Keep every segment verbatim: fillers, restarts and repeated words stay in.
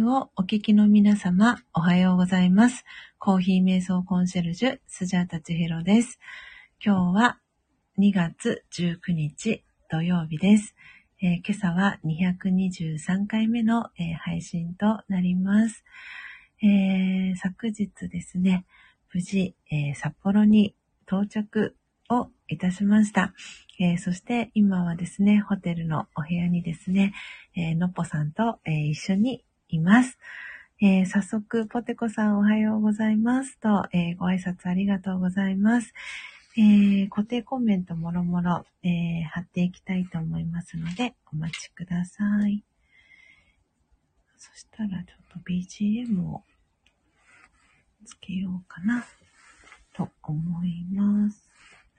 ムをお聞きの皆様、おはようございます。コーヒー瞑想コンシェルジュ、スジャータ千尋です。今日はにがつじゅうくにち土曜日です。えー、今朝はにひゃくにじゅうさんかいめの、えー、配信となります。えー、昨日ですね、無事、えー、札幌に到着をいたしました。えー、そして今はですね、ホテルのお部屋にですね、えー、のっぽさんと、えー、一緒にいます。えー、早速、ポテコさんおはようございますと、えー、ご挨拶ありがとうございます。えー、固定コメントもろもろ、えー、貼っていきたいと思いますので、お待ちください。そしたらちょっと ビージーエム をつけようかなと思います。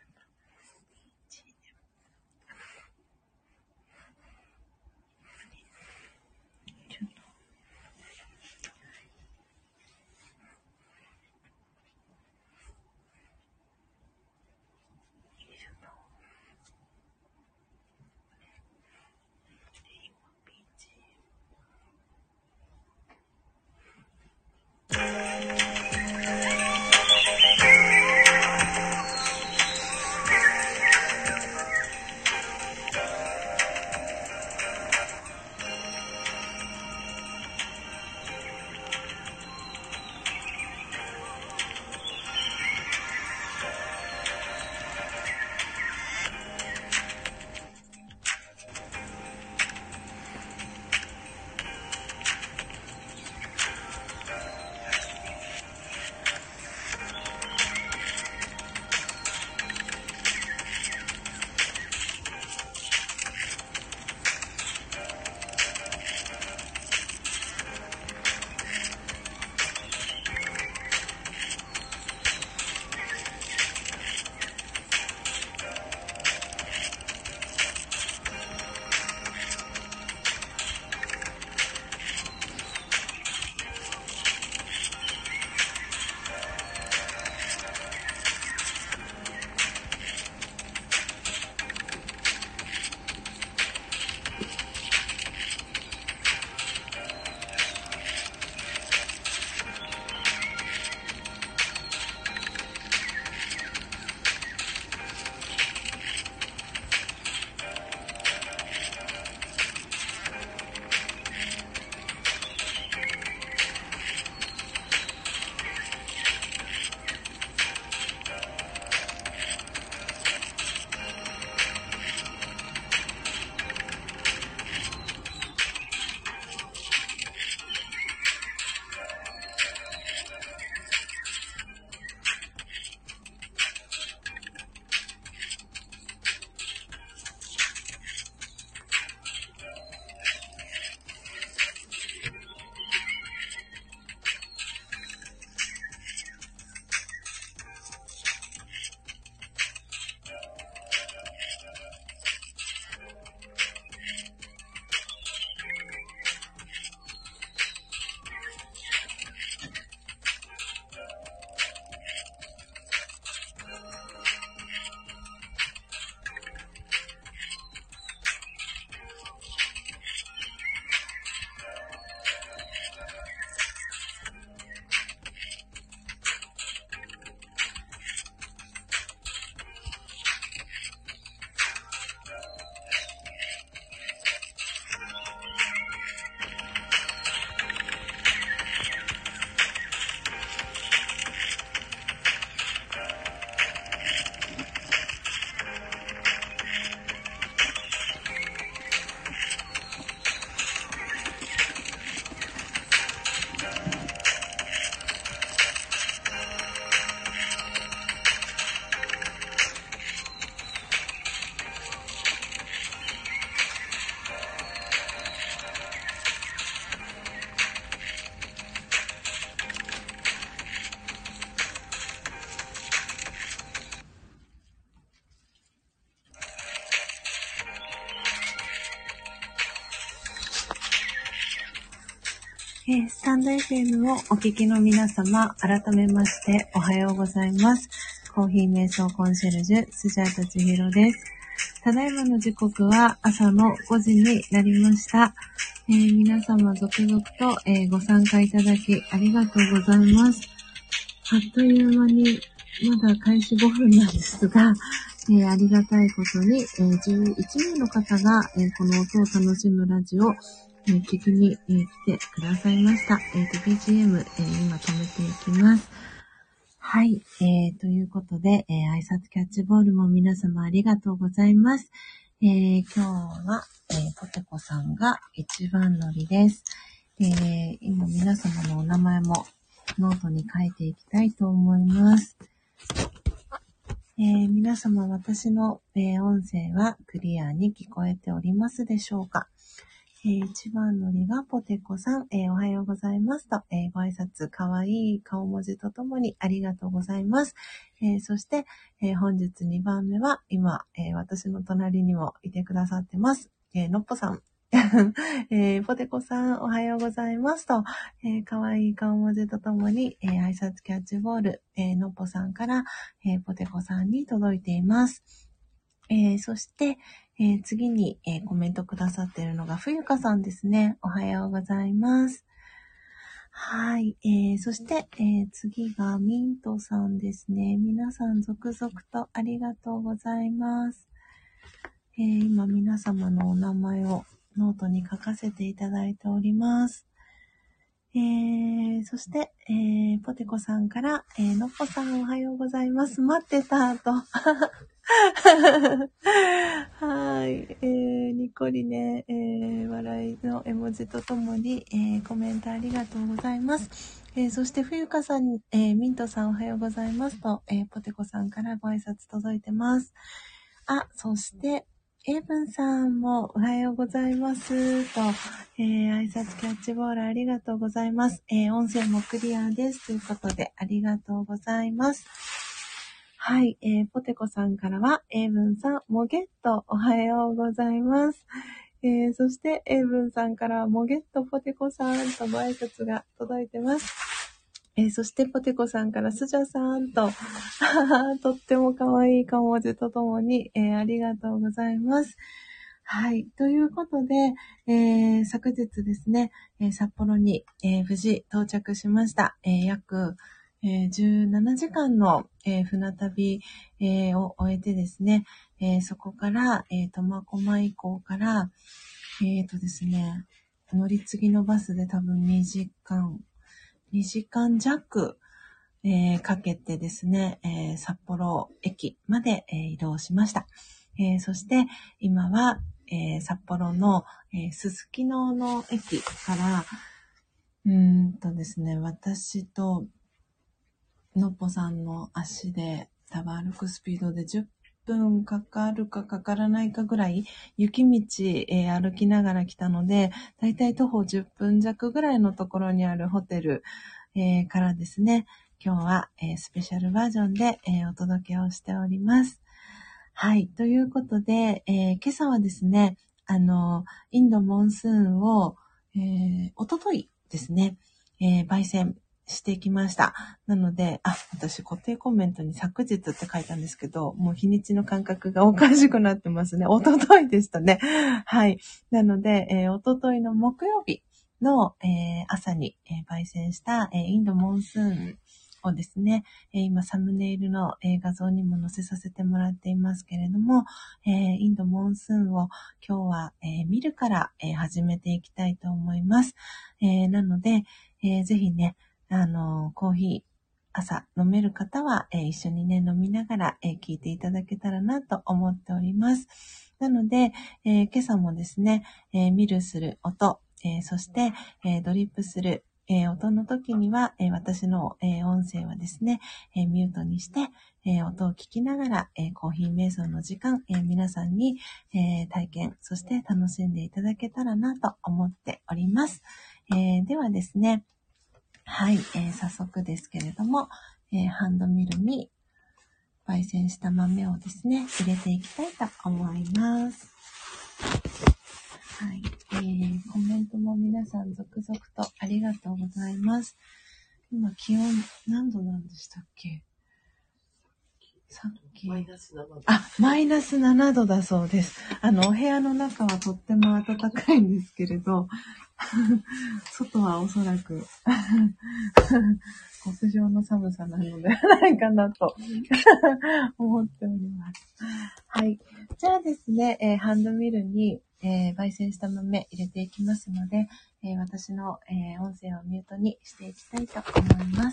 えー、スタンド エフエム をお聞きの皆様、改めましておはようございます。コーヒー瞑想コンシェルジュ、スジャータ千尋です。ただいまの時刻は朝のごじになりました。 えー、皆様続々と、えー、ご参加いただきありがとうございます。あっという間にまだ開始ごふんなんですが、えー、ありがたいことに、えー、じゅういちめいの方が、えー、この音を楽しむラジオ、えー、聞きに、えー、来てくださいました。えー、ビージーエム、えー、今止めていきます。はい、えー、ということで、えー、挨拶キャッチボールも皆様ありがとうございます。えー、今日は、えー、ポテコさんが一番乗りです。えー、今皆様のお名前もノートに書いていきたいと思います。えー、皆様私の、えー、音声はクリアに聞こえておりますでしょうか。えー、一番乗りがポテコさん、えー、おはようございますと、えー、ご挨拶かわいい顔文字とともにありがとうございます。えー、そして、えー、本日にばんめは今、えー、私の隣にもいてくださってます。えー、のっぽさん。えー、ポテコさんおはようございますと、えー、かわいい顔文字とともに、えー、挨拶キャッチボール、えー、のっぽさんから、えー、ポテコさんに届いています。えー、そして、えー、次に、えー、コメントくださっているのが冬香さんですね。おはようございます。はい、えー、そして、えー、次がミントさんですね。皆さん続々とありがとうございます。えー、今皆様のお名前をノートに書かせていただいております。えー、そして、えー、ポテコさんから、えー、のっぽさんおはようございます。待ってたと。はい、えー、にっこりね、えー、笑いの絵文字とともに、えー、コメントありがとうございます。えー、そして冬香さん、えー、ミントさんおはようございますと、えー、ポテコさんからご挨拶届いてます。あ、そして、エイブンさんもおはようございますと、えー、挨拶キャッチボールありがとうございます。えー、音声もクリアですということでありがとうございます。はい、えー、ポテコさんからは、エイブンさん、モゲットおはようございます。えー、そして、エイブンさんからモゲットポテコさんとご挨拶が届いてます。えー、そしてポテコさんからスジャさんととっても可愛い顔文字とともに、えー、ありがとうございます。はい。ということで、えー、昨日ですね、えー、札幌に、えー、無事到着しました。えー、約、えー、じゅうななじかんの、えー、船旅、えー、を終えてですね、えー、そこから、えー、苫小牧港から、えーとですね、乗り継ぎのバスで多分にじかん、にじかん弱、えー、かけてですね、えー、札幌駅まで、えー、移動しました。えー、そして今は、えー、札幌の、えー、すすきのの駅から、うーんとですね、私とのっぽさんの足で多分歩くスピードでじゅっぷんかかるかかからないかぐらい雪道、えー、歩きながら来たので、だいたい徒歩じゅっぷん弱ぐらいのところにあるホテル、えー、からですね、今日は、えー、スペシャルバージョンで、えー、お届けをしております。はい。ということで、えー、今朝はですね、あの、インドモンスーンを、えー、おとといですね、えー、焙煎してきました。なので、あ、私固定コメントに昨日って書いたんですけど、もう日にちの感覚がおかしくなってますね。おとといでしたね。はい。なので、えー、おとといの木曜日の、えー、朝に、えー、焙煎した、えー、インドモンスーンをですね、えー、今サムネイルの、えー、画像にも載せさせてもらっていますけれども、えー、インドモンスーンを今日は、えー、見るから、えー、始めていきたいと思います。えー、なので、えー、ぜひね、あのー、コーヒー朝飲める方は、えー、一緒にね、飲みながら、えー、聞いていただけたらなと思っております。なので、えー、今朝もですね、えー、見るする音、えー、そして、えー、ドリップするえー、音の時には、えー、私の、えー、音声はですね、えー、ミュートにして、えー、音を聞きながら、えー、コーヒー瞑想の時間、えー、皆さんに、えー、体験、そして楽しんでいただけたらなと思っております。えー、ではですね、はい、えー、早速ですけれども、えー、ハンドミルに焙煎した豆をですね、入れていきたいと思います。はい、えー、コメントも皆さん続々とありがとうございます。今気温何度なんでしたっけ？ さっき。 マイナスななど。 あ、マイナスななどだそうです。あの、お部屋の中はとっても暖かいんですけれど、外はおそらく極上の寒さなのではないかなと思っております。はい。じゃあですね、えーハンドミルに、えー焙煎した豆入れていきますので、えー私の、えー音声をミュートにしていきたいと思います。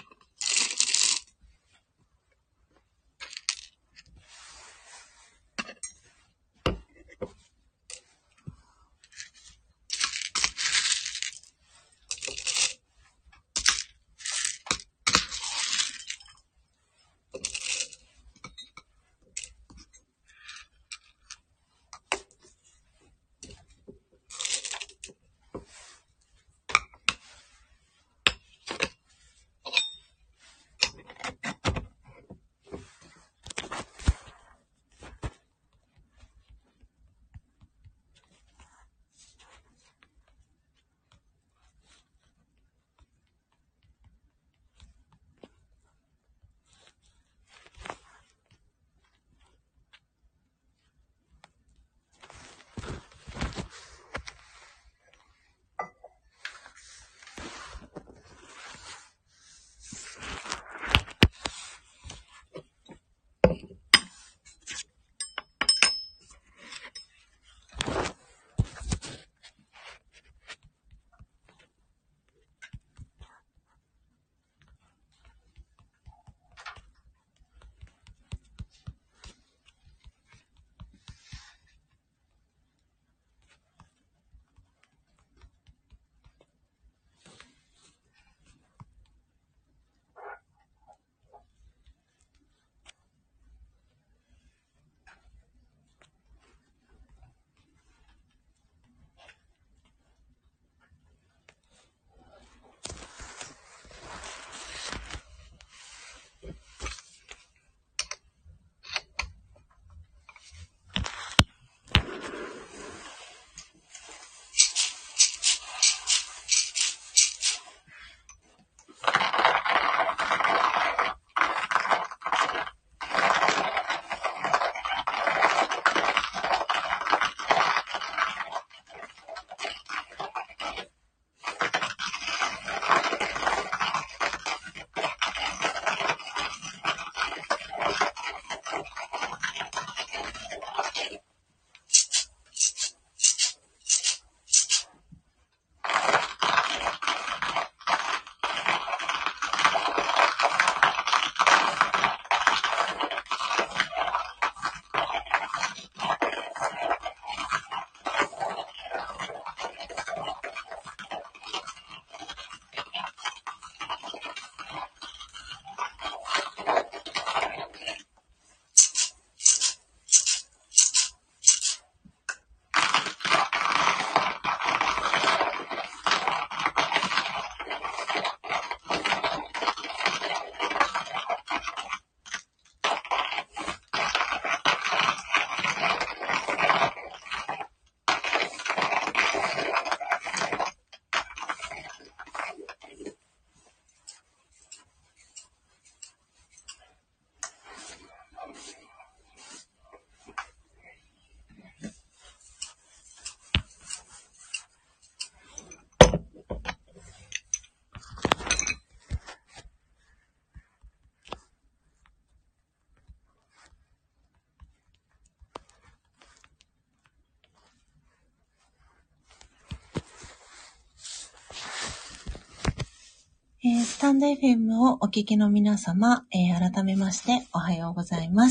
えースタンド エフエム をお聞きの皆様、えー改めましておはようございます。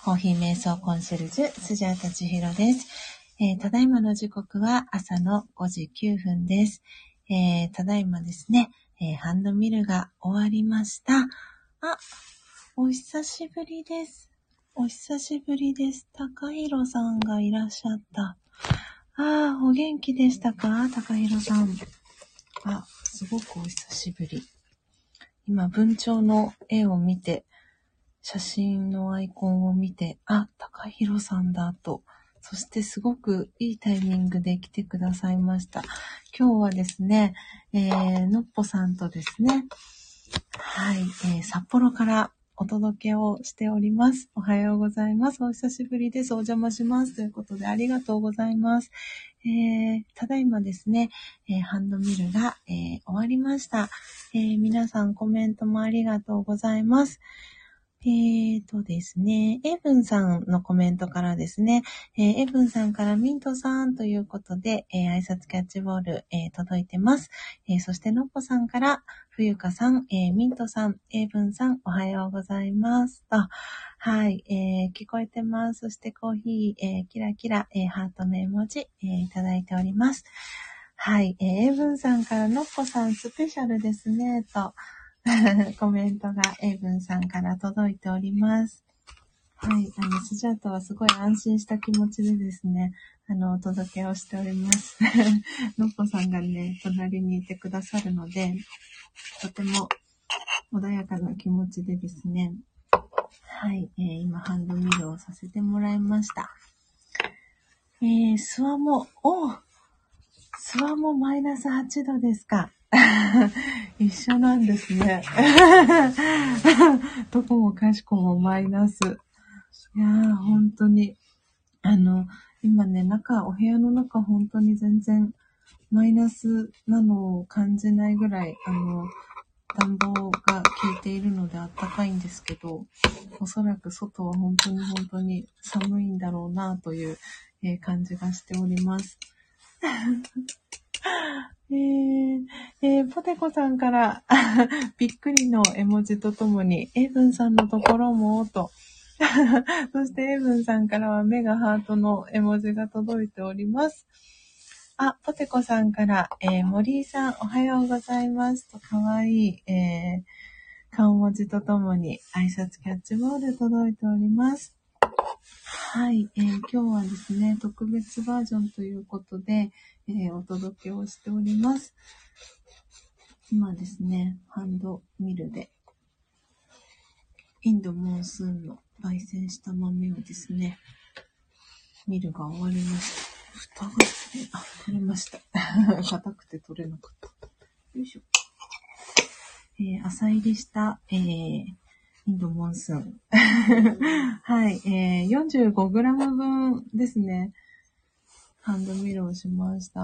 コーヒー瞑想コンシェルジュ、スジャータ千尋です。えーただいまの時刻は朝のごじきゅうふんです。えーただいまですね、えーハンドミルが終わりました。あ、お久しぶりです。お久しぶりです。高弘さんがいらっしゃった。ああ、お元気でしたか、高弘さん。あ、すごくお久しぶり。今、文鳥の絵を見て、写真のアイコンを見て、あ、高弘さんだと、そしてすごくいいタイミングで来てくださいました。今日はですね、えー、のっぽさんとですね、はい、えー、札幌からお届けをしております。おはようございます。お久しぶりです。お邪魔します。ということでありがとうございます。えー、ただいまですね、えー、ハンドミルが、えー、終わりました、えー。皆さんコメントもありがとうございます。えーとですね、エイブンさんのコメントからですね、えー、エイブンさんからミントさんということで、えー、挨拶キャッチボール、えー、届いてます。えー、そしてのっぽさんから、冬香さん、えー、ミントさん、エイブンさん、おはようございます。と、はい、えー、聞こえてます。そしてコーヒー、えー、キラキラ、えー、ハートの絵文字、えー、いただいております。はい、えー、エイブンさんからのっぽさん、スペシャルですね、と、コメントがエイブンさんから届いております。はい、あの、スジャータはすごい安心した気持ちでですね、あの、お届けをしております。のっぽさんがね、隣にいてくださるので、とても穏やかな気持ちでですね、はい、えー、今ハンドミルをさせてもらいました。えー、スワモ、おスワモマイナスはちどですか。一緒なんですね。どこもかしこもマイナス。いやー、本当に。あの、今ね、中、お部屋の中本当に全然マイナスなのを感じないぐらい、あの、暖房が効いているので暖かいんですけど、おそらく外は本当に本当に寒いんだろうなという、えー、感じがしております。えーえー、ポテコさんからびっくりの絵文字とともに、エイブンさんのところもとそしてエイブンさんからは目がハートの絵文字が届いております。あ、ポテコさんから、えー、森井さんおはようございますと、かわいい、えー、顔文字とともに挨拶キャッチボール届いております。はい、えー、今日はですね、特別バージョンということで、えー、お届けをしております。今ですね、ハンドミルでインドモンスーンの焙煎した豆をですね、ミルが終わりました。蓋が、あ、取れました。硬くて取れなかった。よいしょ。えー、浅入りした、えー、インドモンスーン。はい、えー、よんじゅうごグラム 分ですね。ハンドミルをしました。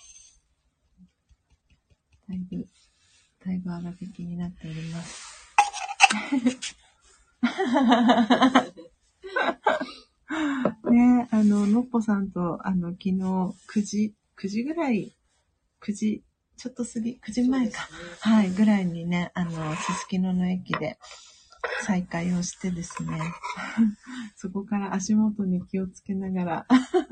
だいぶ、だいぶ粗挽きになっております。ね、あの、のっぽさんと、あの、昨日、くじ、くじぐらい、くじ、ちょっと過ぎ、くじまえか。はい、ぐらいにね、あの、すすきのの駅で再会をしてですね、そこから足元に気をつけながら、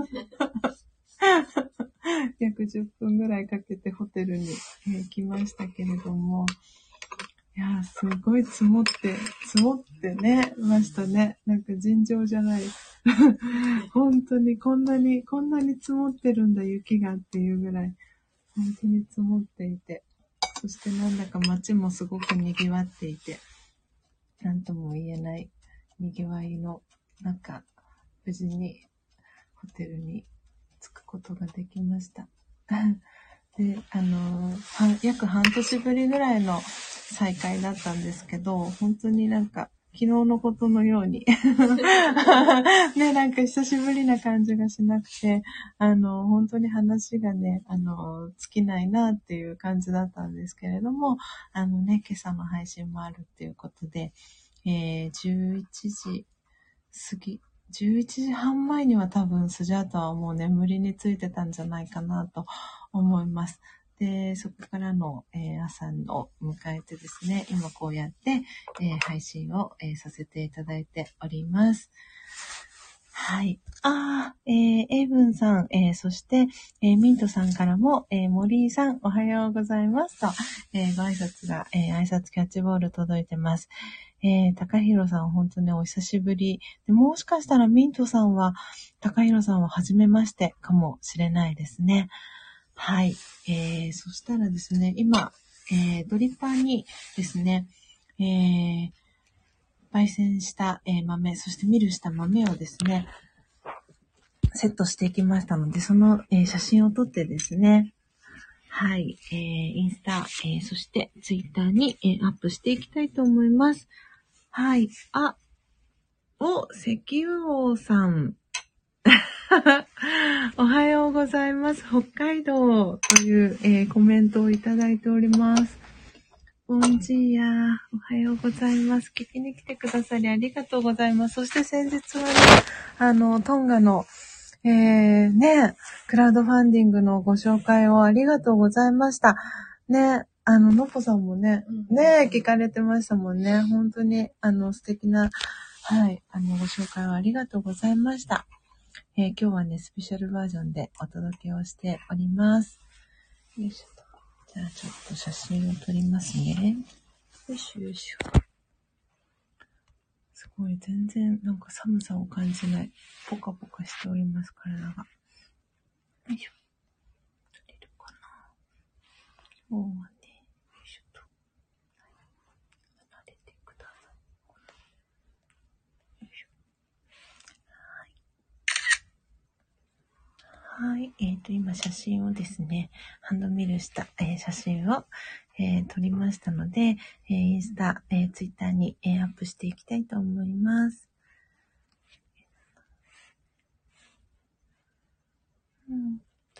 約じゅっぷんぐらいかけてホテルに、えー、来ましたけれども、いやー、すごい積もって、積もってね、ましたね。なんか尋常じゃない。本当にこんなに、こんなに積もってるんだ、雪がっていうぐらい、本当に積もっていて、そしてなんだか街もすごく賑わっていて、なんとも言えない賑わいの中、無事にホテルに着くことができました。で、あの、約半年ぶりぐらいの再会だったんですけど、本当になんか昨日のことのようにね、なんか久しぶりな感じがしなくて、あの、本当に話がね、あの、尽きないなっていう感じだったんですけれども、あのね、今朝の配信もあるっていうことで、えー、じゅういちじ過ぎ、じゅういちじはんまえには多分スジャータはもう眠りについてたんじゃないかなと思います。で、そこからの、えー、朝を迎えてですね、今こうやって、えー、配信を、えー、させていただいております。はい。あー、えー、エイブンさん、えー、そして、えー、ミントさんからも、えー、森井さん、おはようございますと、えー、ご挨拶が、えー、挨拶キャッチボール届いてます。えー、高弘さん、本当にお久しぶり。で、もしかしたらミントさんは、高弘さんは初めましてかもしれないですね。はい。えー、そしたらですね、今、えー、ドリッパーにですね、えー、焙煎した、えー、豆、そしてミルした豆をですね、セットしていきましたので、その、えー、写真を撮ってですね、はい、えー、インスタ、えー、そしてツイッターに、えー、アップしていきたいと思います。 はい。あ、お、石油王さん。おはようございます。北海道という、えーコメントをいただいております。ボンジーヤー。おはようございます。聞きに来てくださりありがとうございます。そして先日はね、あの、トンガの、えー、ね、クラウドファンディングのご紹介をありがとうございました。ね、あの、のぽさんもね、ね、聞かれてましたもんね。本当に、あの、素敵な、はい、あの、ご紹介をありがとうございました。えー今日はね、スペシャルバージョンでお届けをしております。よいしょと。じゃあちょっと写真を撮りますね。よいしょよいしょ。すごい、全然なんか寒さを感じない。ポカポカしております、体が。よいしょ。撮れるかな。今日はね、よいしょと。離れてください。よいしょ。はい。えっ、と、今写真をですね、ハンドミルした、えー写真を、えー撮りましたので、えーインスタ、えーツイッターに、えーアップしていきたいと思います。うんと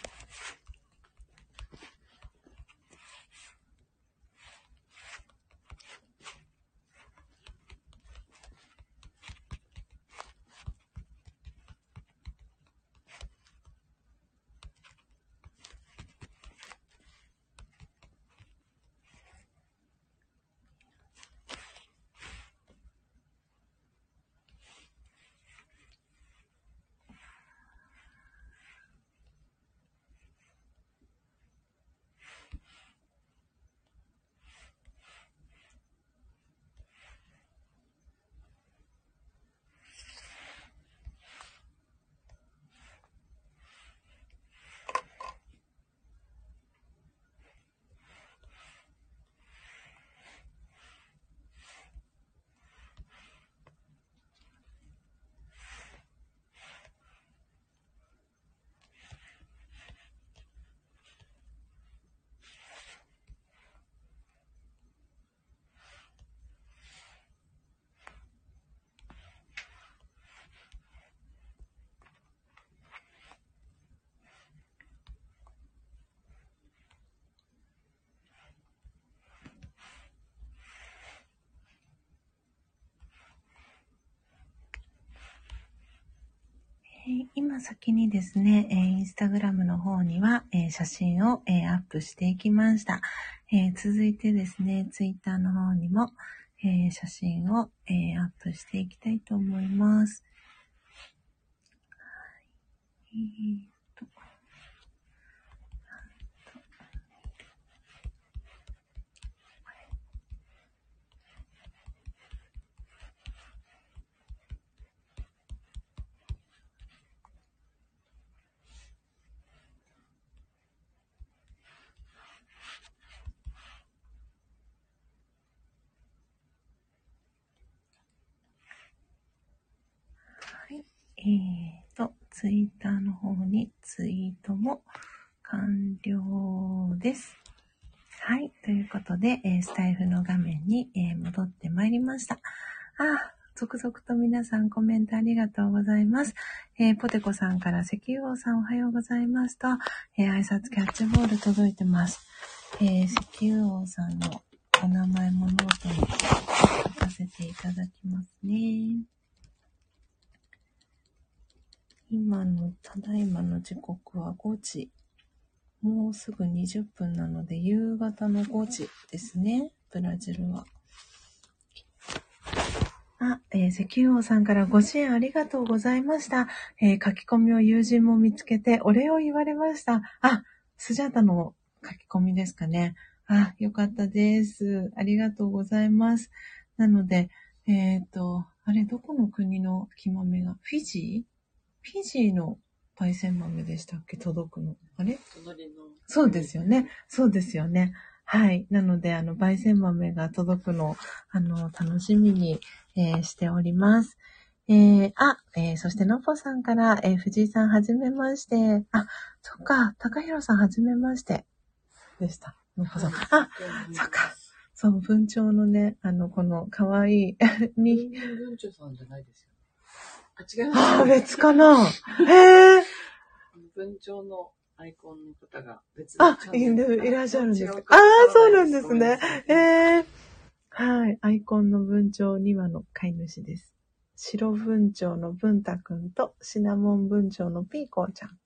えー今先にですね、えーインスタグラムの方には、えー写真を、えーアップしていきました。えー続いてですね、ツイッターの方にも、えー写真を、えーアップしていきたいと思います。えーとはい。えーと、ツイッターの方にツイートも完了です。はい。ということで、えースタイフの画面に、えー戻ってまいりました。あ、続々と皆さんコメントありがとうございます。えーポテコさんから石油王さんおはようございますと、えー挨拶キャッチボール届いてます。えー石油王さんのお名前もノートに書かせていただきますね。今の、ただいまの時刻はごじ。もうすぐにじゅっぷんなので、夕方のごじですね。ブラジルは。あ、えー石油王さんからご支援ありがとうございました。えー書き込みを友人も見つけてお礼を言われました。あ、スジャータの書き込みですかね。あ、よかったです。ありがとうございます。なので、えっと、あれ、どこの国の木豆がフィジーフィジーの焙煎豆でしたっけ届くの。あれ隣の。そうですよね。そうですよね。はい。なので、あの、焙煎豆が届くのを、あの、楽しみに、えーしております。えー、あ、えーそして、のぽさんから、えー藤井さんはじめまして。あ、そっか、高弘さんはじめまして。でした。のぽさん。あ、そっか。 そう、文鳥のね、あの、この可愛いに。 文鳥さんじゃないですよ。あ、違います。 あ、別かな。へえ。 文鳥のアイコンの方が別あ、い, いらっしゃるんですか。ああ、そうなんですね。へえ。はい。アイコンの文鳥に羽の飼い主です。白文鳥の文太くんとシナモン文鳥のピーコーちゃん。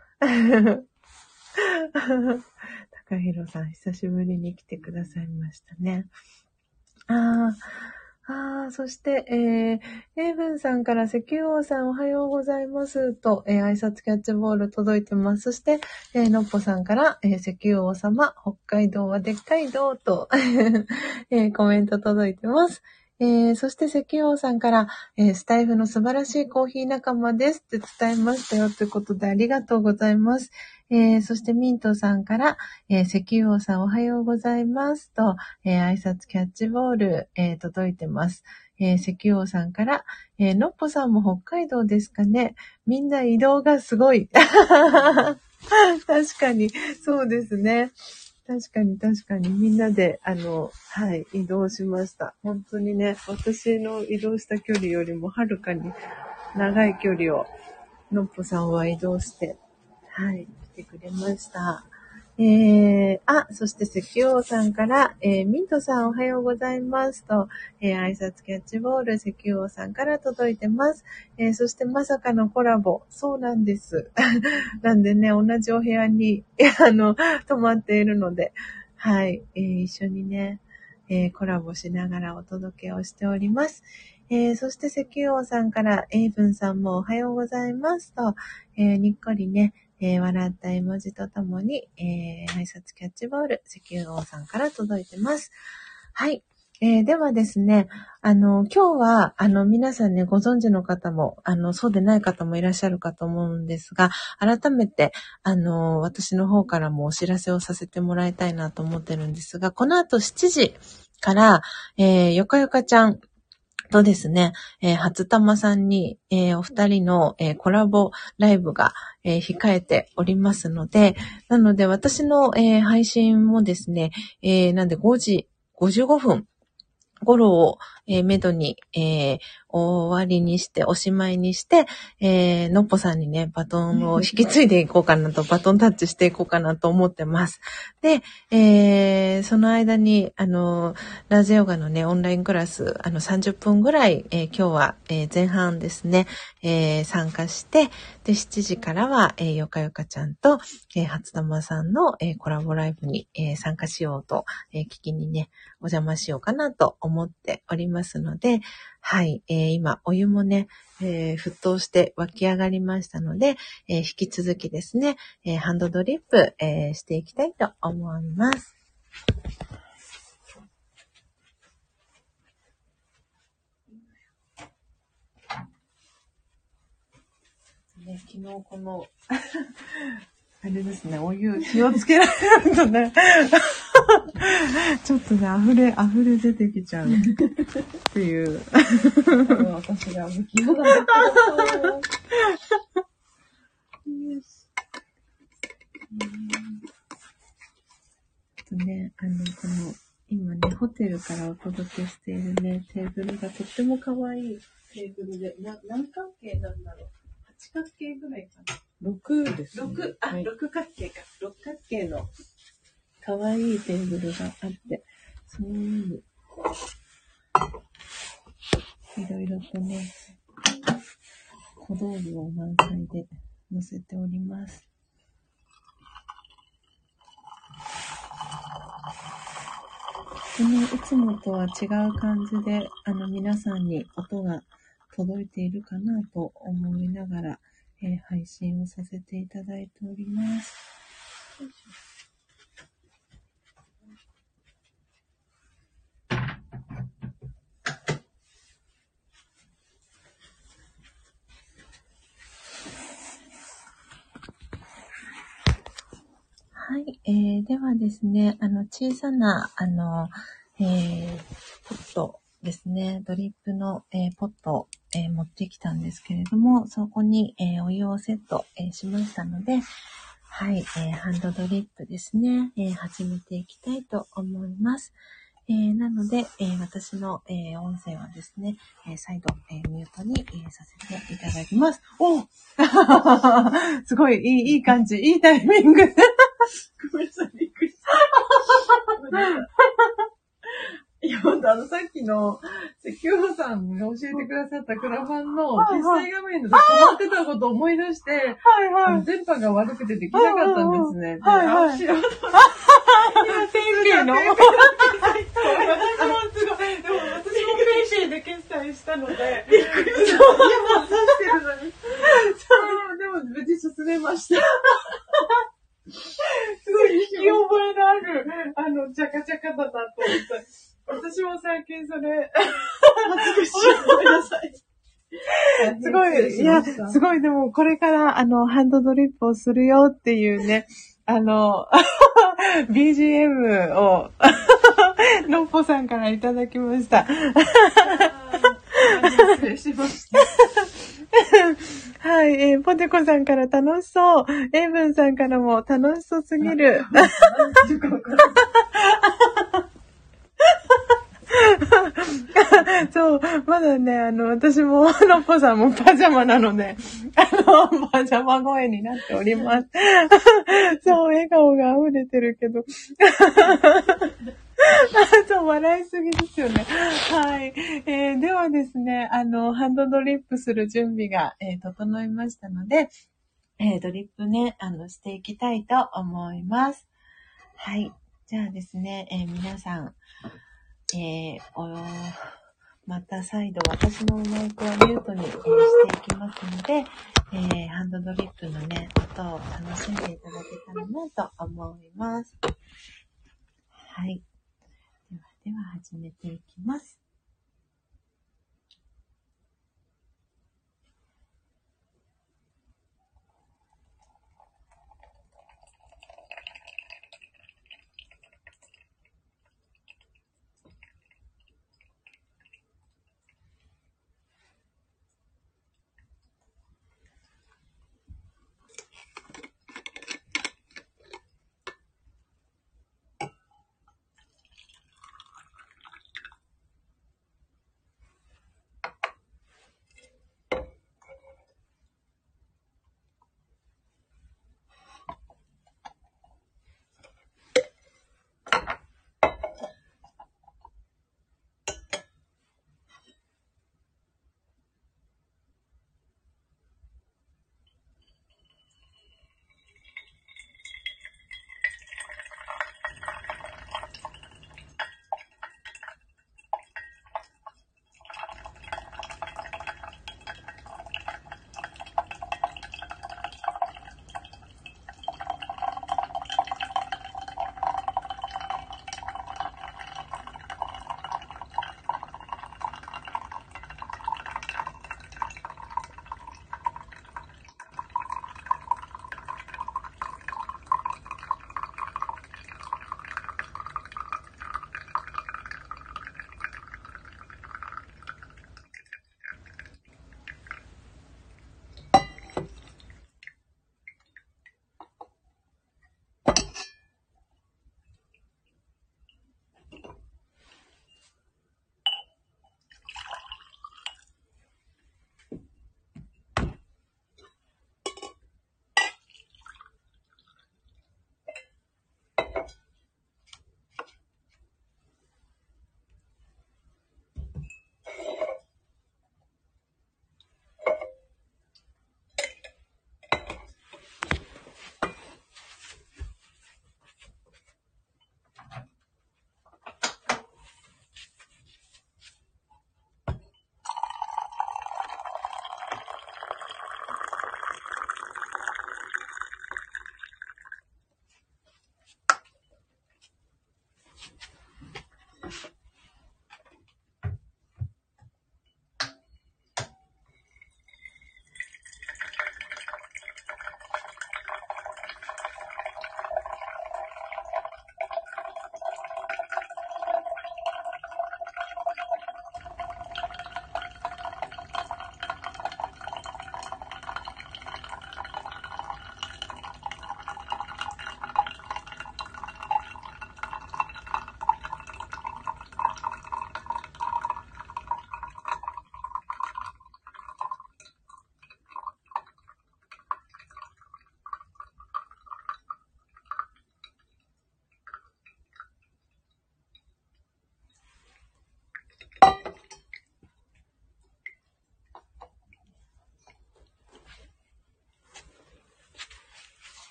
高弘さん、久しぶりに来てくださいましたね。ああ、ああ、そして、えー、エイブンさんから石油王さんおはようございますと、えー、挨拶キャッチボール届いてます。そして、えー、のっぽさんから、えー、石油王様、北海道はでっかい道と、えー、コメント届いてます。えー、そして石油王さんから、えー、スタイフの素晴らしいコーヒー仲間ですって伝えましたよということでありがとうございます。えー、そしてミントさんから、えー、石油王さんおはようございますと、えー、挨拶キャッチボール、えー、届いてます。えー、石油王さんから、えー、のっぽさんも北海道ですかね。みんな移動がすごい。確かに、そうですね。確かに確かにみんなで、あの、はい、移動しました。本当にね、私の移動した距離よりもはるかに長い距離を、のっぽさんは移動して、はい、来てくれました。えー、あ、そして石油王さんから、えー、ミントさんおはようございますと、えー、挨拶キャッチボール石油王さんから届いてます。えー、そしてまさかのコラボ。そうなんです。なんでね、同じお部屋に、あの、泊まっているので、はい、えー、一緒にね、えー、コラボしながらお届けをしております。えー、そして石油王さんから、エイブンさんもおはようございますと、えー、にっこりね、えー、笑った絵文字とともに、えー、挨拶キャッチボール、石油王さんから届いてます。はい。えー、ではですね、あの、今日は、あの、皆さんね、ご存知の方も、あの、そうでない方もいらっしゃるかと思うんですが、改めて、あの、私の方からもお知らせをさせてもらいたいなと思ってるんですが、この後しちじから、えー、よかよかちゃん、とですね、えー、初玉さんに、えー、お二人の、えー、コラボライブが、えー、控えておりますので、なので私の、えー、配信もですね、えー、なんでごじごじゅうごふん頃を、えー、めどに、えー、終わりにして、おしまいにして、えー、のっぽさんにね、バトンを引き継いでいこうかなと、バトンタッチしていこうかなと思ってます。で、えー、その間に、あの、ラジオガのね、オンラインクラス、あの、さんじゅっぷんぐらい、えー、今日は、えー、前半ですね、えー、参加して、で、しちじからは、えー、よかよかちゃんと、えー、初玉さんの、えー、コラボライブに、えー、参加しようと、えー、聞きにね、お邪魔しようかなと思っておりますので、はい、えー、今お湯もね、えー、沸騰して湧き上がりましたので、えー、引き続きですね、えー、ハンドドリップ、えー、していきたいと思います。ね、昨日このあれですね、お湯気をつけられるとねちょっとね、溢れ、溢れ出てきちゃうっていう。私が不器用なんだけど。よし。とね、あの、この、今ね、ホテルからお届けしているね、テーブルがとっても可愛いテーブルで、な、何角形なんだろう。八角形ぐらいかな。 六ですね。 六、あ、 はい、 六角形か。六角形の可愛いテーブルがあって、その上に、いろいろとね、小道具を満載で載せております。このいつもとは違う感じで、あの皆さんに音が届いているかなと思いながら、えー、配信をさせていただいております。はい、えー、ではですね、あの小さなあの、えー、ポットですね、ドリップの、えー、ポットを、えー、持ってきたんですけれども、そこに、えー、お湯をセット、えー、しましたので、はい、えー、ハンドドリップですね、えー、始めていきたいと思います。 えー、なので、えー、私の、えー、音声はですね、えー、再度、えー、ミュートに、えー、させていただきます。おすごい、いい、いい感じ、いいタイミング。 ごめんなさい、びっくりした。いや、ほんとあの、さっきの、関浦さんが教えてくださったクラファンの決済画面で止まってたことを思い出して、 はいはい。 あの電波が悪くてできなかったんですね。 はいはい。 あ、しようと。 今、ペイペイの。私もすごい。でも私もペイペイで決済したので。 びっくりした。イヤホンさしてるのに。そう、でも無事進めました。 すごい聞き覚えのある、あの、チャカチャカだなと思った。私も最近それ、 恥ずかしい。ごめんなさい。 すごい、いや、すごい、でもこれから、あの、ハンドドリップをするよっていうね、あの、ビージーエム を、のっぽさんからいただきました。 失礼しました。 はい、えー、ポテコさんから楽しそう。エイブンさんからも楽しそうすぎる。そう、まだね、あの、私も、のっぽさんもパジャマなので、あの、パジャマ声になっております。そう、笑顔が溢れてるけど。そう、笑いすぎですよね。はい。えー、ではですね、あの、ハンドドリップする準備が、えー、整いましたので、えー、ドリップね、あの、していきたいと思います。はい。じゃあですね、えー、皆さん、えー、おまた再度私のマイクをミュートに、えー、していきますので、えー、ハンドドリップのね、音を楽しんでいただけたらなと思います。はい。では、では始めていきます。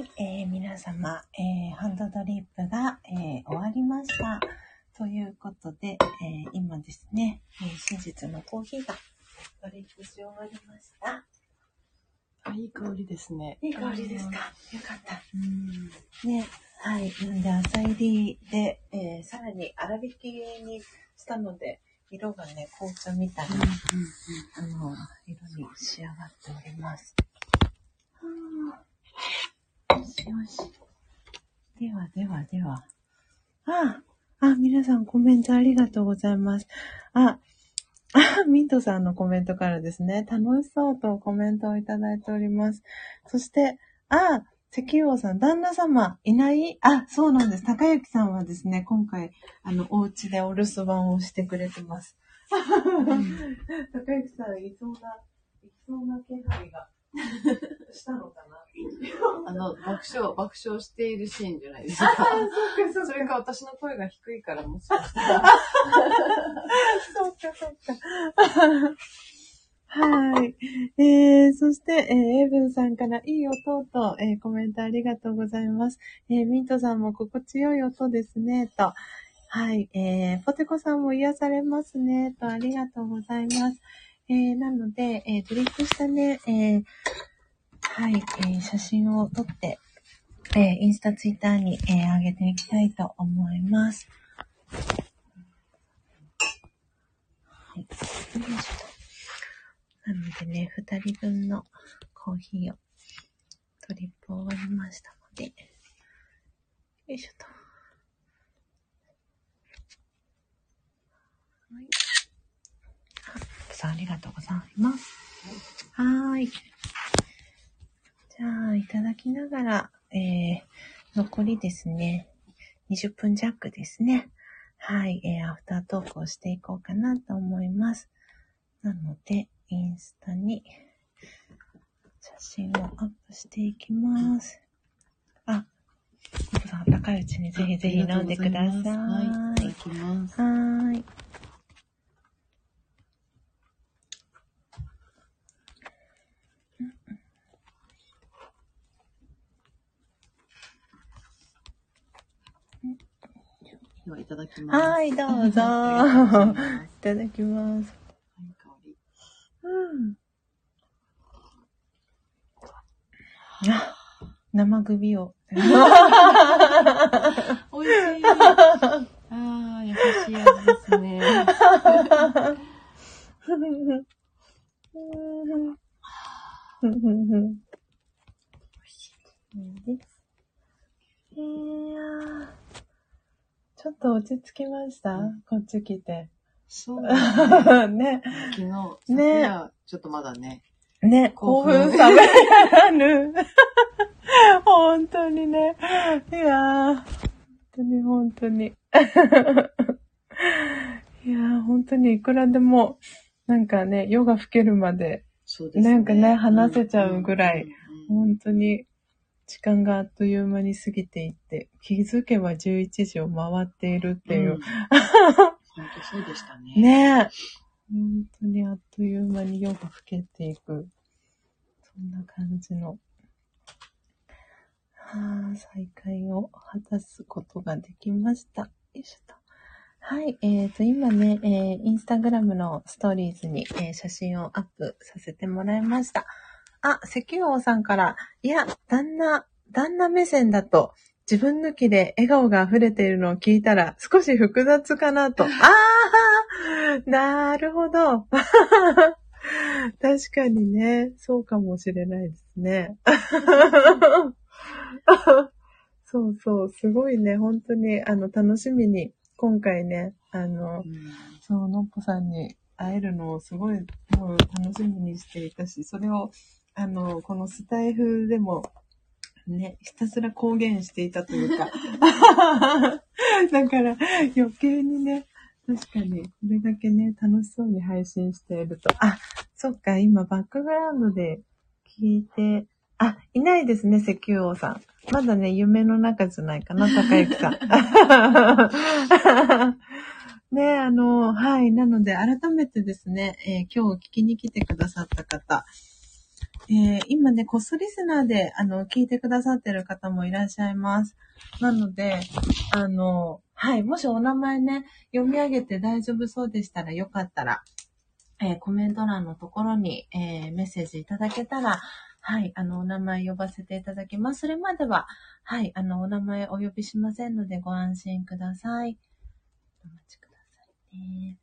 えー、皆様、えー、ハンドドリップが、えー、終わりました。ということで、えー、今ですね、えー、真実のコーヒーがドリップし終わりました。 あ、いい香りですね。 いい香りですか。よかった。 うんね、はい。なんで、朝入りで、えー、さらに粗挽きにしたので、色がね、紅茶みたいな、うんうんうん、あの、色に仕上がっております。よしよし。ではではでは。ああ、あ、皆さんコメントありがとうございます。あ、あ、ミントさんのコメントからですね、楽しそうとコメントをいただいております。そして、あ、石王さん、旦那様いない？あ、そうなんです。高幸さんはですね、今回、あの、お家でお留守番をしてくれてます。うん、高幸さん、いそうな、いそうな気配がしたのかなあの、爆笑、爆笑しているシーンじゃないですか。ああ、そうか、そうか。それか私の声が低いから、もしかしたら。 そうか、そうか。はい。えー、そして、えー、エイブンさんからいい音と、えー、コメントありがとうございます。えー、ミントさんも心地よい音ですね、と。はい。えー、ポテコさんも癒されますね、と。ありがとうございます。えー、なので、えー、ドリップしたね、えー、はい、えー、写真を撮って、えー、インスタ、ツイッターに、えー、上げていきたいと思います。はい。よいしょと。なのでね、二人分のコーヒーをドリップ終わりましたので、よいしょと。はい。あ、さんありがとうございます。はーい。じゃあ、いただきながら、えー、残りですね、にじゅっぷん弱ですね。はい、えー、アフタートークをしていこうかなと思います。なので、インスタに写真をアップしていきます。あ、お子さん、高いうちにぜひぜひ飲んでください。はい、いただきます。はーい。 では、いただきます。 はい、どうぞ。いただきます。 いい香り。 うん。あ、生首を。おいしい。 ああ、優しい味ですね。 いやちょっと落ち着きました、うん、こっち来て。 そうですね。ね昨日、昨夜、 ね、ちょっとまだね。 ね、興奮冷めらぬ。本当にね。いやー、本当に本当に。いやー、本当にいくらでも、なんかね、夜が更けるまで、そうですね、なんかね、話せちゃうぐらい、うんうんうん、本当に、時間があっという間に過ぎていって、気づけばじゅういちじを回っているっていう。うん、 本当そうでしたね。 ねえ。本当にあっという間に夜が更けていく。そんな感じの。はあ、再会を果たすことができました。よいしょと。はい。えっと、今ね、えー、インスタグラムのストーリーズに、えー、写真をアップさせてもらいました。あ、石王さんから、いや、旦那、旦那目線だと、自分抜きで笑顔が溢れているのを聞いたら、少し複雑かなと。ああ、なるほど。確かにね、そうかもしれないですね。そうそう、すごいね、本当に、あの、楽しみに、今回ね、あの、うん、そう、のっぽさんに会えるのをすごい、もう楽しみにしていたし、それを、あの、このスタイフでも、ね、ひたすら公言していたというか。だから余計にね、確かにこれだけね、楽しそうに配信していると。あ、そっか、今バックグラウンドで聞いて、あ、いないですね、石油王さん。まだね、夢の中じゃないかな、高幸さん。ね、あの、はい、なので改めてですね、えー、今日聞きに来てくださった方、 えー、今ね、コスリスナーで、あの、聞いてくださってる方もいらっしゃいます。なので、あの、はい、もしお名前ね、読み上げて大丈夫そうでしたら、よかったら、えー、コメント欄のところに、えー、メッセージいただけたら、はい、あの、お名前呼ばせていただきます。それまでは、はい、あの、お名前お呼びしませんので、ご安心ください。お待ちくださいね。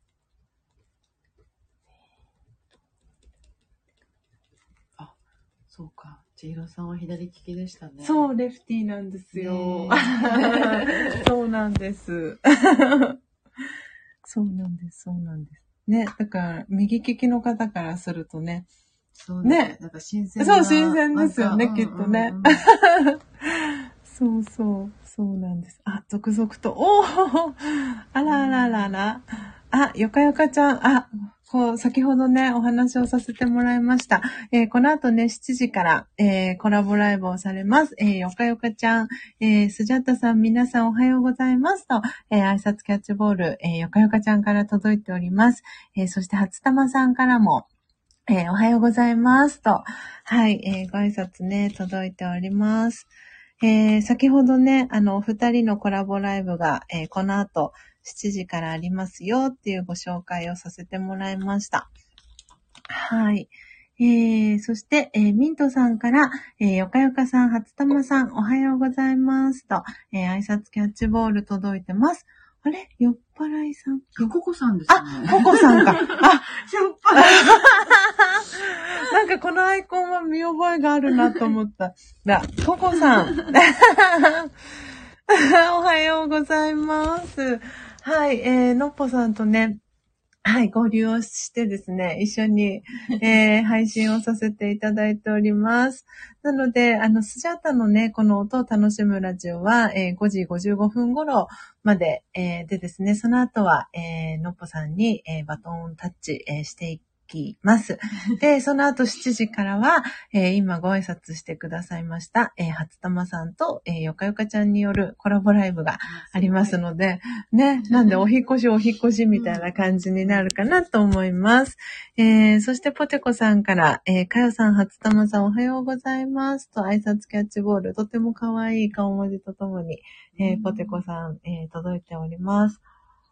あ、そうか。千尋さんは左利きでしたね。 そう、レフティーなんですよ。そうなんです。そうなんです、そうなんです。ね、だから、右利きの方からするとね、 そうですね。なんか新鮮な。 そう、新鮮ですよね、きっとね。 うんうんうん、 そうそう、そうなんです。あ、続々と、おーあらあらあらあら。あ、よかよかちゃん、あ、こう、先ほどね、お話をさせてもらいました。えー、この後ね、しちじから、えー、コラボライブをされます。えー、よかよかちゃん、えー、スジャッタさん、皆さんおはようございますと、えー、挨拶キャッチボール、えー、よかよかちゃんから届いております。えー、そして、初玉さんからも、えー、おはようございますと、はい、えー、ご挨拶ね、届いております。えー、先ほどね、あの、お二人のコラボライブが、えー、この後、しちじからありますよっていうご紹介をさせてもらいました。はい。えー、そして、えー、ミントさんから、えー、よかよかさん、初玉さん、おはようございますと、えー、挨拶キャッチボール届いてます。あれ酔っ払いさんココさんですね。 あ、ココさんか。あ、 酔っ払い。 なんかこのアイコンは見覚えがあるなと思った。だ、ココさん。おはようございます。はい、えー、のっぽさんとね、はい、合流をしてですね、一緒に、えー、配信をさせていただいております。なので、あの、スジャータのね、この音を楽しむラジオは、えー、ごじごじゅうごふん頃まで、えー、でですね、その後は、えー、のっぽさんに、えー、バトンタッチ、えー、していきます。で、その後しちじからは、えー、今ご挨拶してくださいました、えー、初玉さんと、えー、よかよかちゃんによるコラボライブがありますので、ね、なんでお引越しお引越しみたいな感じになるかなと思います。えー、そしてポテコさんから、えー、かよさん、初玉さんおはようございますと挨拶キャッチボール、とても可愛い顔文字とともに、えー、ポテコさん、えー、届いております。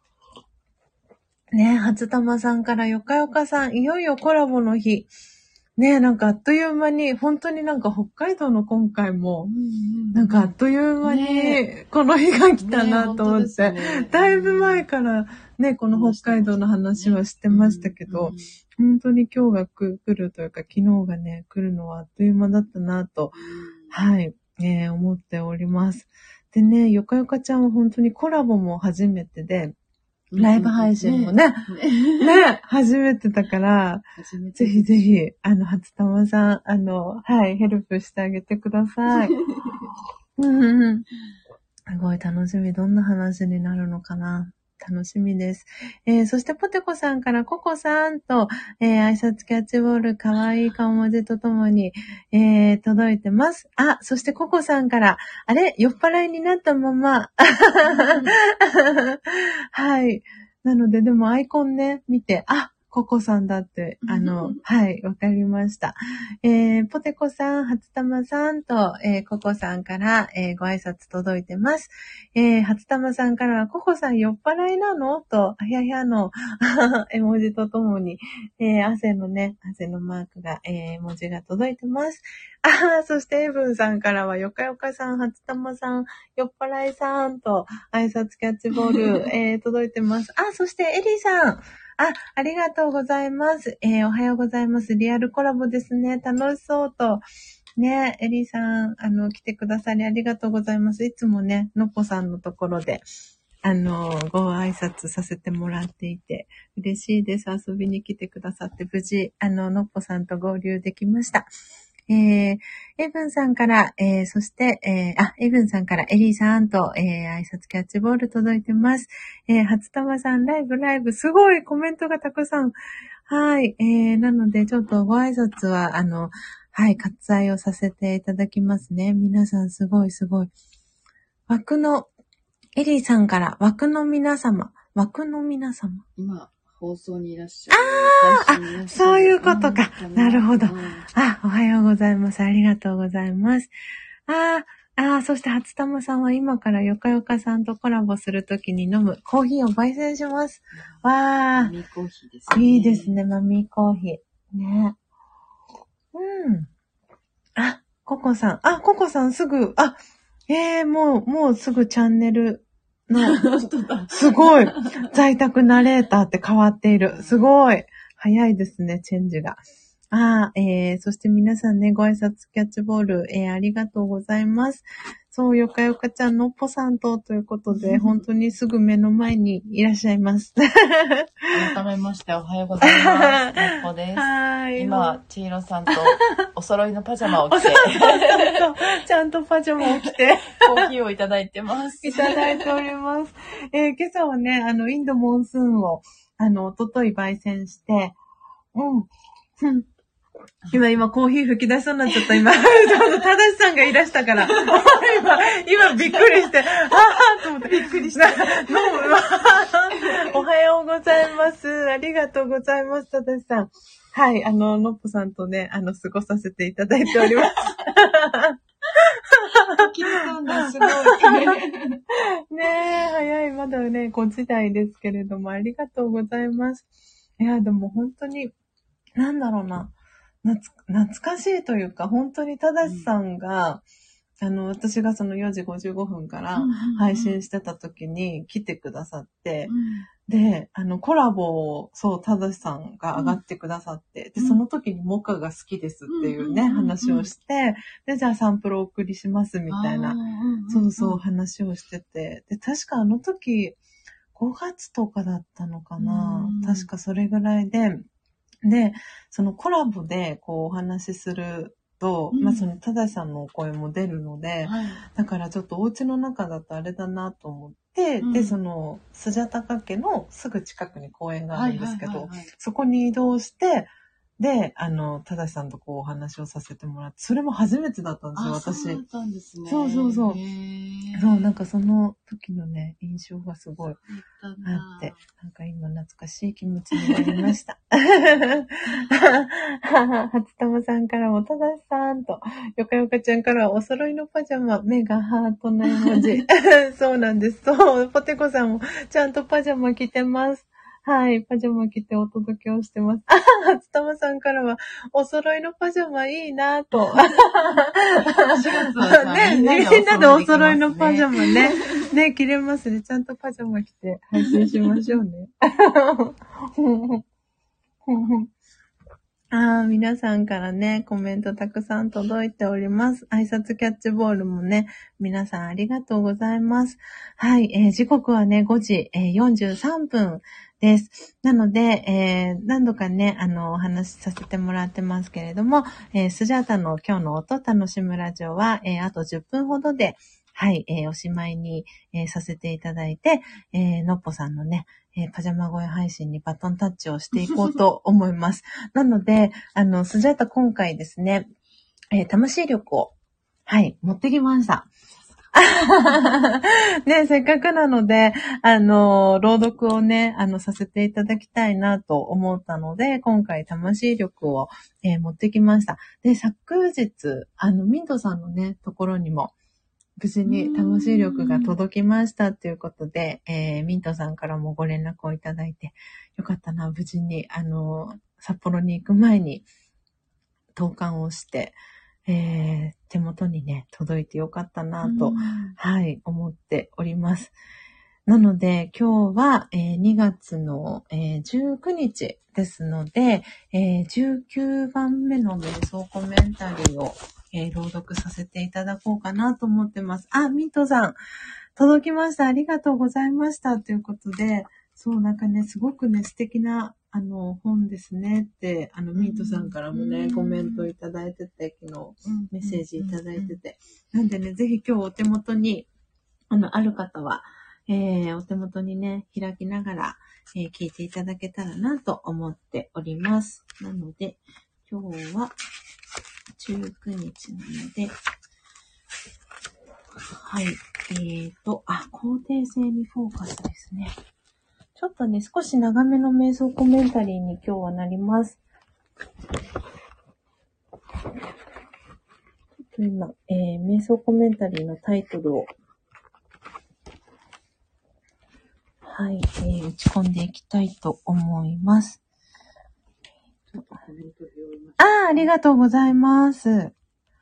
ね、初玉さんからよかよかさん、いよいよコラボの日。ね、なんかあっという間に、本当になんか北海道の今回も、なんかあっという間にこの日が来たなと思って、ねね、だいぶ前からね、この北海道の話はしてましたけど、本当に今日が来るというか、昨日がね、来るのはあっという間だったなと、はい、えー、思っております。でね、よかよかちゃんは本当にコラボも初めてで、ライブ配信もね、ね、ね初めてだから、ぜひぜひ、あの、初玉さん、あの、はい、ヘルプしてあげてください。うんうん、すごい楽しみ。どんな話になるのかな。楽しみです。えー、そしてポテコさんからココさんと、えー、挨拶キャッチボールかわいい顔文字とともに、えー、届いてます。あ、そしてココさんから、あれ酔っ払いになったまま。はい。なので、でもアイコンね、見て、あ、ココさんだって、あの、はい、わかりました。えー、ポテコさん、初玉さんと、えー、ココさんから、えー、ご挨拶届いてます。えー、初玉さんからは、ココさん酔っ払いなのと、あややの絵文字とともに、えー、汗のね、汗のマークが、えー、文字が届いてます。あ、そしてエブンさんからは、よかよかさん、初玉さん、酔っ払いさんと、挨拶キャッチボール、えー、届いてます。あ、そしてエリーさん、あ、ありがとうございます。えー、おはようございます。リアルコラボですね。楽しそうと。ね、エリーさん、あの、来てくださりありがとうございます。いつもね、のっぽさんのところで、あの、ご挨拶させてもらっていて、嬉しいです。遊びに来てくださって、無事、あの、のっぽさんと合流できました。えー、エブンさんから、えー、そして、えー、あ、エブンさんからエリーさんと、えー、挨拶キャッチボール届いてます。えー、初玉さん、ライブライブ、すごいコメントがたくさん。はい、えー、なので、ちょっとご挨拶は、あの、はい、割愛をさせていただきますね。皆さん、すごいすごい。枠の、エリーさんから、枠の皆様、枠の皆様。 今、 放送にいらっしゃる。 ああ、そういうことか。なるほど。あ、おはようございます。ありがとうございます。ああ、ああ、そして初玉さんは今からよかよかさんとコラボするときに飲むコーヒーを焙煎します。わあ。マミーコーヒーですね。いいですね、マミーコーヒー。ね。うん。あ、ココさん。あ、ココさんすぐ、あ、ええー、もう、もうすぐチャンネルの、すごい、在宅ナレーターって変わっている。すごい。早いですね、チェンジが。ああ、えー、そして皆さんね、ご挨拶キャッチボール、えー、ありがとうございます。そう、よかよかちゃんのっぽさんとということで、本当にすぐ目の前にいらっしゃいます。 改めましておはようございます。のっぽです。 はい。 今、ちいろさんとお揃いのパジャマを着て、 ちゃんとパジャマを着て、 コーヒーをいただいてます。 いただいております。えー、今朝はね、あの、インドモンスーンを、あの、おととい焙煎して、うん。今、今、コーヒー吹き出しそうになっちゃった、今。ただしさんがいらしたから。今、今、びっくりして、あーと思って。びっくりした。おはようございます。ありがとうございます、ただしさん。はい、あの、のっぽさんとね、あの、過ごさせていただいております。 気づかんだ、すごい。 ねえ、早い、まだね、ご時代ですけれども、ありがとうございます。いや、でも本当に、なんだろうな。懐, 懐かしいというか、本当にただしさんが、うん、あの、私がそのよじごじゅうごふんから配信してた時に来てくださって、うん、で、あの、コラボを、そう、ただしさんが上がってくださって、うん、で、その時にモカが好きですっていうね、うん、話をして、で、じゃあサンプルお送りしますみたいな、そうそう話をしてて、で、確かあの時、ごがつとかだったのかな、うん、確かそれぐらいで、で、そのコラボでこうお話しすると、うん、まあそのただしさんのお声も出るので、はい、だからちょっとお家の中だとあれだなと思って、うん、で、そのスジャタカ家のすぐ近くに公園があるんですけど、はいはいはいはい、そこに移動して、で、あの、ただしさんとこうお話をさせてもらって、それも初めてだったんですよ、私。 そうだったんですね。 そうそうそう。そう、なんかその時のね、印象がすごいあって、なんか今懐かしい気持ちになりました。初玉さんからも、ただしさんと、よかよかちゃんからはお揃いのパジャマ、目がハートの絵文字。そうなんです。そう、ポテコさんもちゃんとパジャマ着てます。はい、パジャマ着てお届けをしてます。あ、初玉さんからは、お揃いのパジャマいいなぁと。ね、みんなでお揃いのパジャマね。ね、着れますね。ちゃんとパジャマ着て配信しましょうね。あー、皆さんからね、コメントたくさん届いております。挨拶キャッチボールもね、皆さんありがとうございます。はい、えー、時刻はね、ごじよんじゅうさんぷんです。なので、えー、何度かね、あの、お話しさせてもらってますけれども、えー、スジャータの今日の音楽しむラジオは、えー、あとじゅっぷんほどで、はい、えー、おしまいに、えー、させていただいて、えー、のっぽさんのね、えー、パジャマ声配信にバトンタッチをしていこうと思います。なので、あの、スジャータ今回ですね、えー、魂力を、はい、持ってきました。ね、せっかくなので、あの、朗読をね、あの、させていただきたいなと思ったので、今回魂力を、えー、持ってきました。で、昨日、あの、ミントさんのね、ところにも、無事に魂力が届きましたということで、えー、ミントさんからもご連絡をいただいて、よかったな、無事に、あの、札幌に行く前に、投函をして、えー、手元にね、届いてよかったなと、はい、思っております。なので、今日は、えー、にがつの、えー、じゅうくにちですので、えー、じゅうきゅうばんめの瞑想コメンタリーを、えー、朗読させていただこうかなと思ってます。あ、ミントさん、届きました。ありがとうございました。ということで、そう、なんかね、すごくね、素敵な、あの、本ですねって、あの、ミントさんからもね、コメントいただいてて、昨日、メッセージいただいてて。なんでね、ぜひ今日お手元に、あの、ある方は、えー、お手元にね、開きながら、えー、聞いていただけたらなと思っております。なので、今日は、じゅうくにちなので、はい、えーと、あ、肯定性にフォーカスですね。 ちょっとね、少し長めの瞑想コメンタリーに今日はなります。今、えー、瞑想コメンタリーのタイトルを、はい、えー、打ち込んでいきたいと思います。ああ、ありがとうございます。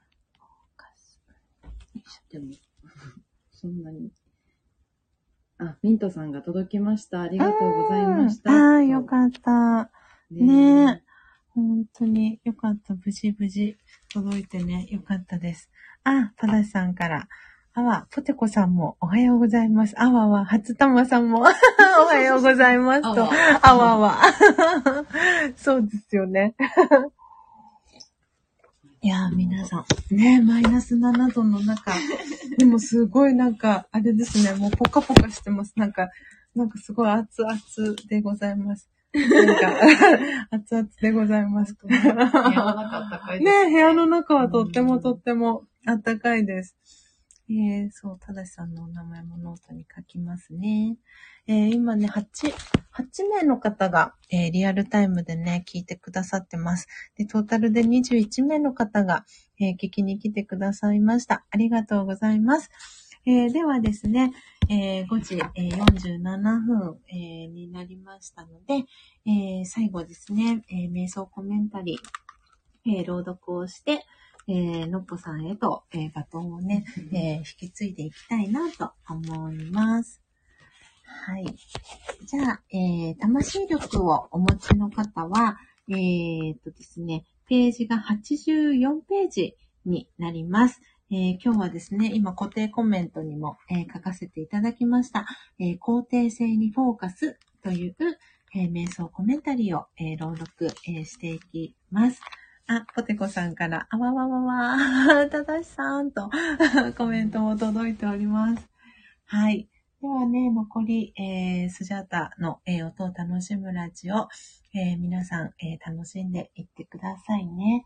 でも、そんなに。あ、ミントさんが届きました。ありがとうございました。 ああ、よかった。ねえ。ね本当によかった。無事無事届いてね、よかったです。あ、ただしさんから。あわ、ポテコさんもおはようございます。あわわ、初玉さんもおはようございますと。あわわ。そうですよね。いやー、皆さん。ね、マイナスななどの中。でもすごいなんか、あれですね、もうポカポカしてます。なんか、なんかすごい熱々でございます。なんか、熱々でございます。部屋の中あったかいですね。ね、部屋の中はとってもとってもあったかいです。えー、そう、ただしさんのお名前もノートに書きますね。えー、今ね、はち、はちめいの方が、えー、リアルタイムでね、聞いてくださってます。で、トータルでにじゅういちめいの方が、えー、聞きに来てくださいました。ありがとうございます。えー、ではですね、えー、ごじよんじゅうななふん、えー、になりましたので、えー、最後ですね、えー、瞑想コメンタリー、えー、朗読をして、えー、のっぽさんへと、えー、バトンをね、えー、引き継いでいきたいなと思います。はい。じゃあ、えー、魂力をお持ちの方は、えー、っとですね、ページがはちじゅうよんページになります。えー、今日はですね、今固定コメントにも、えー、書かせていただきました、えー、肯定性にフォーカスという、えー、瞑想コメンタリーを、えー、朗読、えー、していきます。あ、ポテコさんから、あわわわわ、ただしさんとコメントも届いております。はい。ではね、残り、えー、スジャータの、えー、音を楽しむラジオ、えー、皆さん、えー、楽しんでいってくださいね。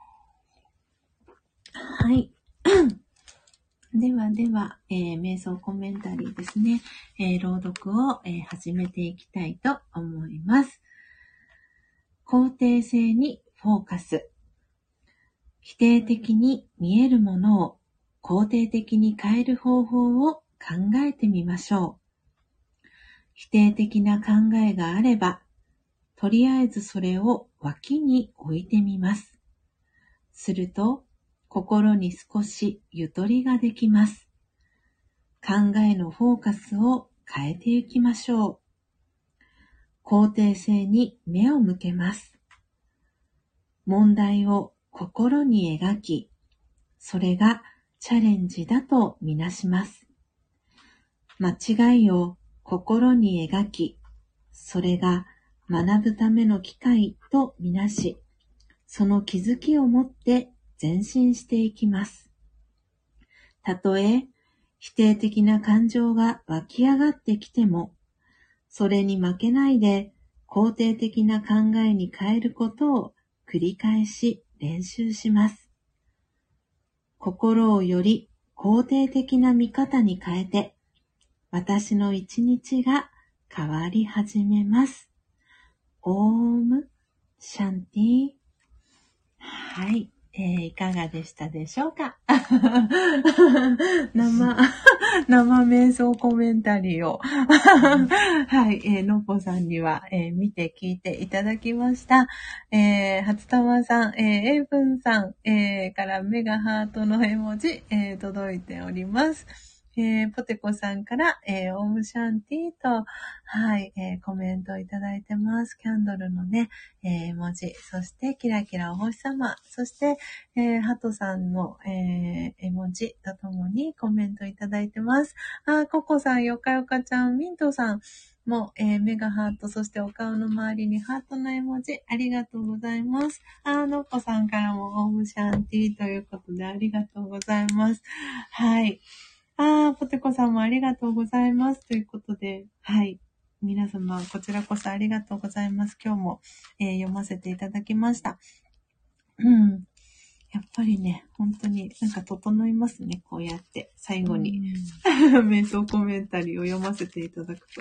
はい。ではでは、えー、瞑想コメンタリーですね、えー、朗読を、えー、始めていきたいと思います。肯定性にフォーカス。否定的に見えるものを肯定的に変える方法を考えてみましょう。否定的な考えがあれば、とりあえずそれを脇に置いてみます。すると、心に少しゆとりができます。考えのフォーカスを変えていきましょう。肯定性に目を向けます。問題を心に描き、それがチャレンジだとみなします。間違いを心に描き、それが学ぶための機会とみなし、その気づきを持って前進していきます。たとえ否定的な感情が湧き上がってきても、それに負けないで肯定的な考えに変えることを繰り返し練習します。心をより肯定的な見方に変えて、私の一日が変わり始めます。オームシャンティ。はい、えー、いかがでしたでしょうか生、生瞑想コメンタリーをはい、えー、のっぽさんには、えー、見て聞いていただきました。えー、初玉さん、えー、エイブンさん、えー、からメガハートの絵文字、えー、届いております。えー、ポテコさんから、えー、オムシャンティと、はい、えー、コメントをいただいてます。キャンドルのね、えー、文字、そしてキラキラお星様、そして、えー、ハトさんの、えー、絵文字とともにコメントいただいてます。あ、ココさん、よかよかちゃん、ミントさんも、えー、メガハート、そしてお顔の周りにハートの絵文字、ありがとうございます。あ、のっこさんからもオムシャンティということでありがとうございます。はい。あー、ポテコさんもありがとうございます。ということで、はい。皆様、こちらこそありがとうございます。今日も、えー、読ませていただきました。うん。やっぱりね、本当になんか整いますね。こうやって最後に瞑想コメンタリーを読ませていただくと。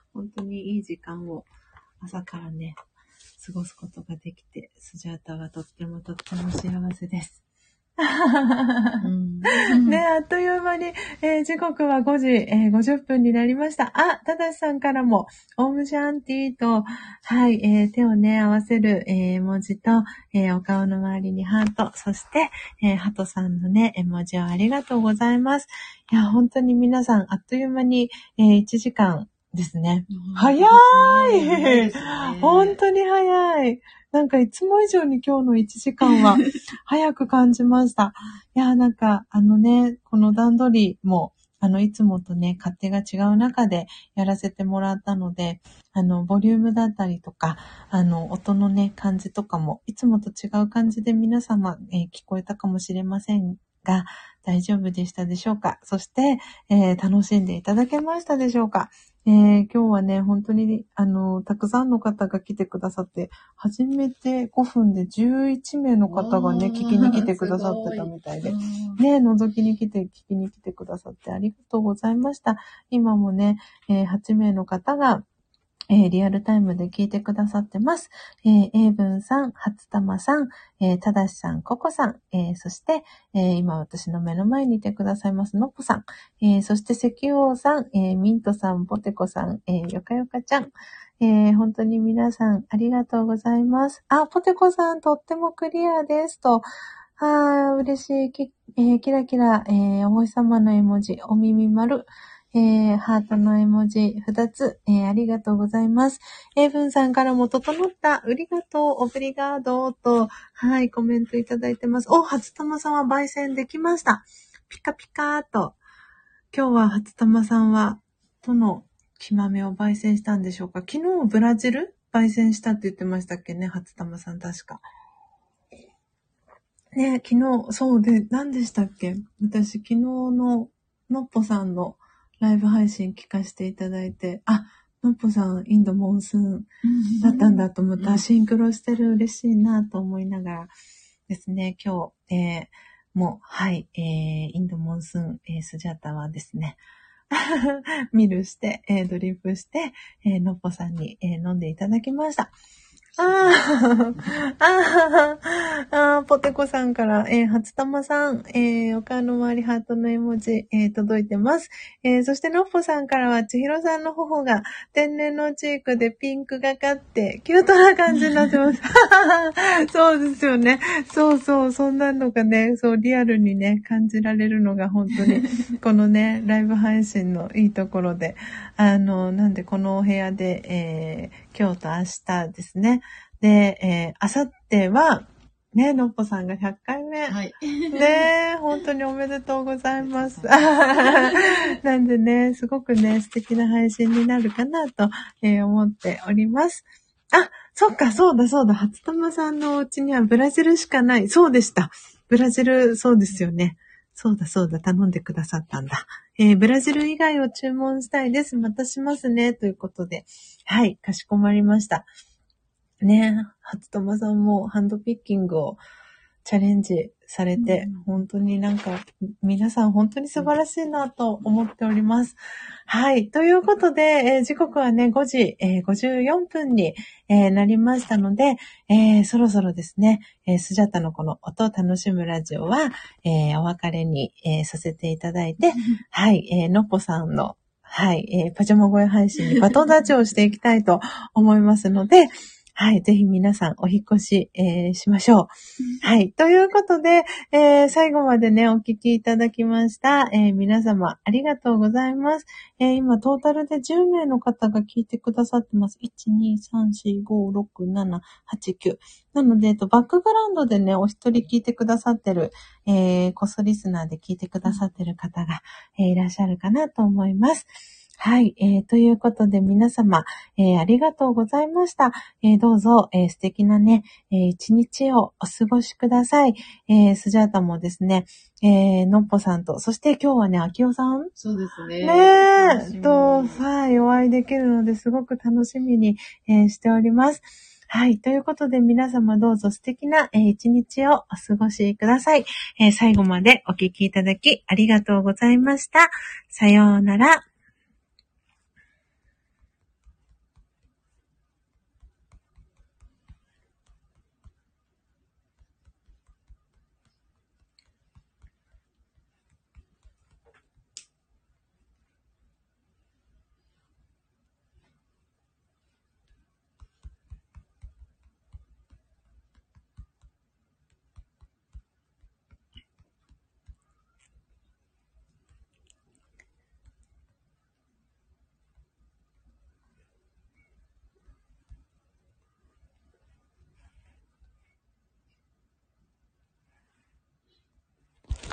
本当にいい時間を朝からね、過ごすことができて、スジャータはとってもとっても幸せです。うん、ね、あっという間に、えー、時刻はごじ、えー、ごじゅっぷんになりました。あ、ただしさんからも、オームシャンティーと、はい、えー、手をね、合わせる、えー、絵文字と、えー、お顔の周りにハート、そして、えー、ハトさんのね、絵文字をありがとうございます。いや、本当に皆さん、あっという間に、えー、いちじかんですね。早い、ね、本当に早い。なんかいつも以上に今日のいちじかんは早く感じました。いや、なんかあのね、この段取りも、あの、いつもとね、勝手が違う中でやらせてもらったので、あの、ボリュームだったりとか、あの、音のね、感じとかも、いつもと違う感じで皆様、えー、聞こえたかもしれませんが、大丈夫でしたでしょうか？そして、えー、楽しんでいただけましたでしょうか？えー、今日はね、本当に、あの、たくさんの方が来てくださって、初めてごふんでじゅういちめいの方がね、聞きに来てくださってたみたいで、ね、覗きに来て、聞きに来てくださってありがとうございました。今もね、えー、はちめいの方が、えー、リアルタイムで聞いてくださってます。えー、英文さん、初玉さん、えー、ただしさん、ココさん、えー、そして、えー、今私の目の前にいてくださいますのっぽさん、えー、そして石油王さん、えー、ミントさん、ポテコさん、えー、よかよかちゃん、えー、本当に皆さんありがとうございます。あ、ポテコさんとってもクリアですと、あー、嬉しい、き、えー、キラキラ、えー、お星様の絵文字、お耳丸、えー、ハートの絵文字二つ、えー、ありがとうございます。エイブンさんからも整った、ありがとう、オブリガードと、はい、コメントいただいてます。お、初玉さんは焙煎できました。ピカピカーと。今日は初玉さんは、どの木豆を焙煎したんでしょうか？昨日ブラジル焙煎したって言ってましたっけね、初玉さん確か。ね、昨日、そうで、何でしたっけ？私、昨日ののっぽさんのライブ配信聞かせていただいて、あ、のっぽさん、インドモンスーンだったんだと思った、うん、シンクロしてる、嬉しいなと思いながらですね、今日、えー、もう、はい、えー、インドモンスーン、えー、スジャタはですね、ミルして、えー、ドリップして、えー、のっぽさんに、えー、飲んでいただきました。あー、あー、あー、ポテコさんから、えー、初玉さん、えー、お顔の周りハートの絵文字、えー、届いてます。えー、そしてのっぽさんからは、ちひろさんの頬が天然のチークでピンクがかって、キュートな感じになってます。そうですよね。そうそう、そんなのがね、そう、リアルにね、感じられるのが本当に、このね、ライブ配信のいいところで、あの、なんでこのお部屋で、えー、今日と明日ですね。で、えー、あさっては、ね、のっぽさんがひゃっかいめ。はい。ね、本当におめでとうございます。なんでね、すごくね、素敵な配信になるかなと、えー、思っております。あ、そっか、そうだそうだ、初玉さんのお家にはブラジルしかない。そうでした。ブラジル、そうですよね。そうだそうだ、頼んでくださったんだ。えー、ブラジル以外を注文したいです。またしますね。ということで。はい、かしこまりました。ね、初玉さんもハンドピッキングをチャレンジされて、うん、本当になんか、皆さん本当に素晴らしいなと思っております。はい。ということで、えー、時刻はね、ごじ、えー、ごじゅうよんぷんに、えー、なりましたので、えー、そろそろですね、えー、スジャタのこの音を楽しむラジオは、えー、お別れに、えー、させていただいて、はい、えー、のっぽさんの、はい、えー、パジャマ声配信にバトンタッチをしていきたいと思いますので、はい。ぜひ皆さんお引越し、えー、しましょう。はい。ということで、えー、最後までね、お聞きいただきました。えー、皆様ありがとうございます。えー、今、トータルでじゅうめいの方が聞いてくださってます。いち、に、さん、よん、ご、ろく、なな、はち、きゅう。なので、えっと、バックグラウンドでね、お一人聞いてくださってる、えー、こそリスナーで聞いてくださってる方が、えー、いらっしゃるかなと思います。はい、えー、ということで皆様、えー、ありがとうございました。えー、どうぞ、えー、素敵なね、えー、一日をお過ごしください。えー、スジャータもですね、えー、のっぽさんと、そして今日はね、あきおさんそうですね。 ねえ、と、はい、お会いできるのですごく楽しみに、えー、しております。はい。ということで皆様どうぞ素敵な、えー、一日をお過ごしください、えー。最後までお聞きいただきありがとうございました。さようなら。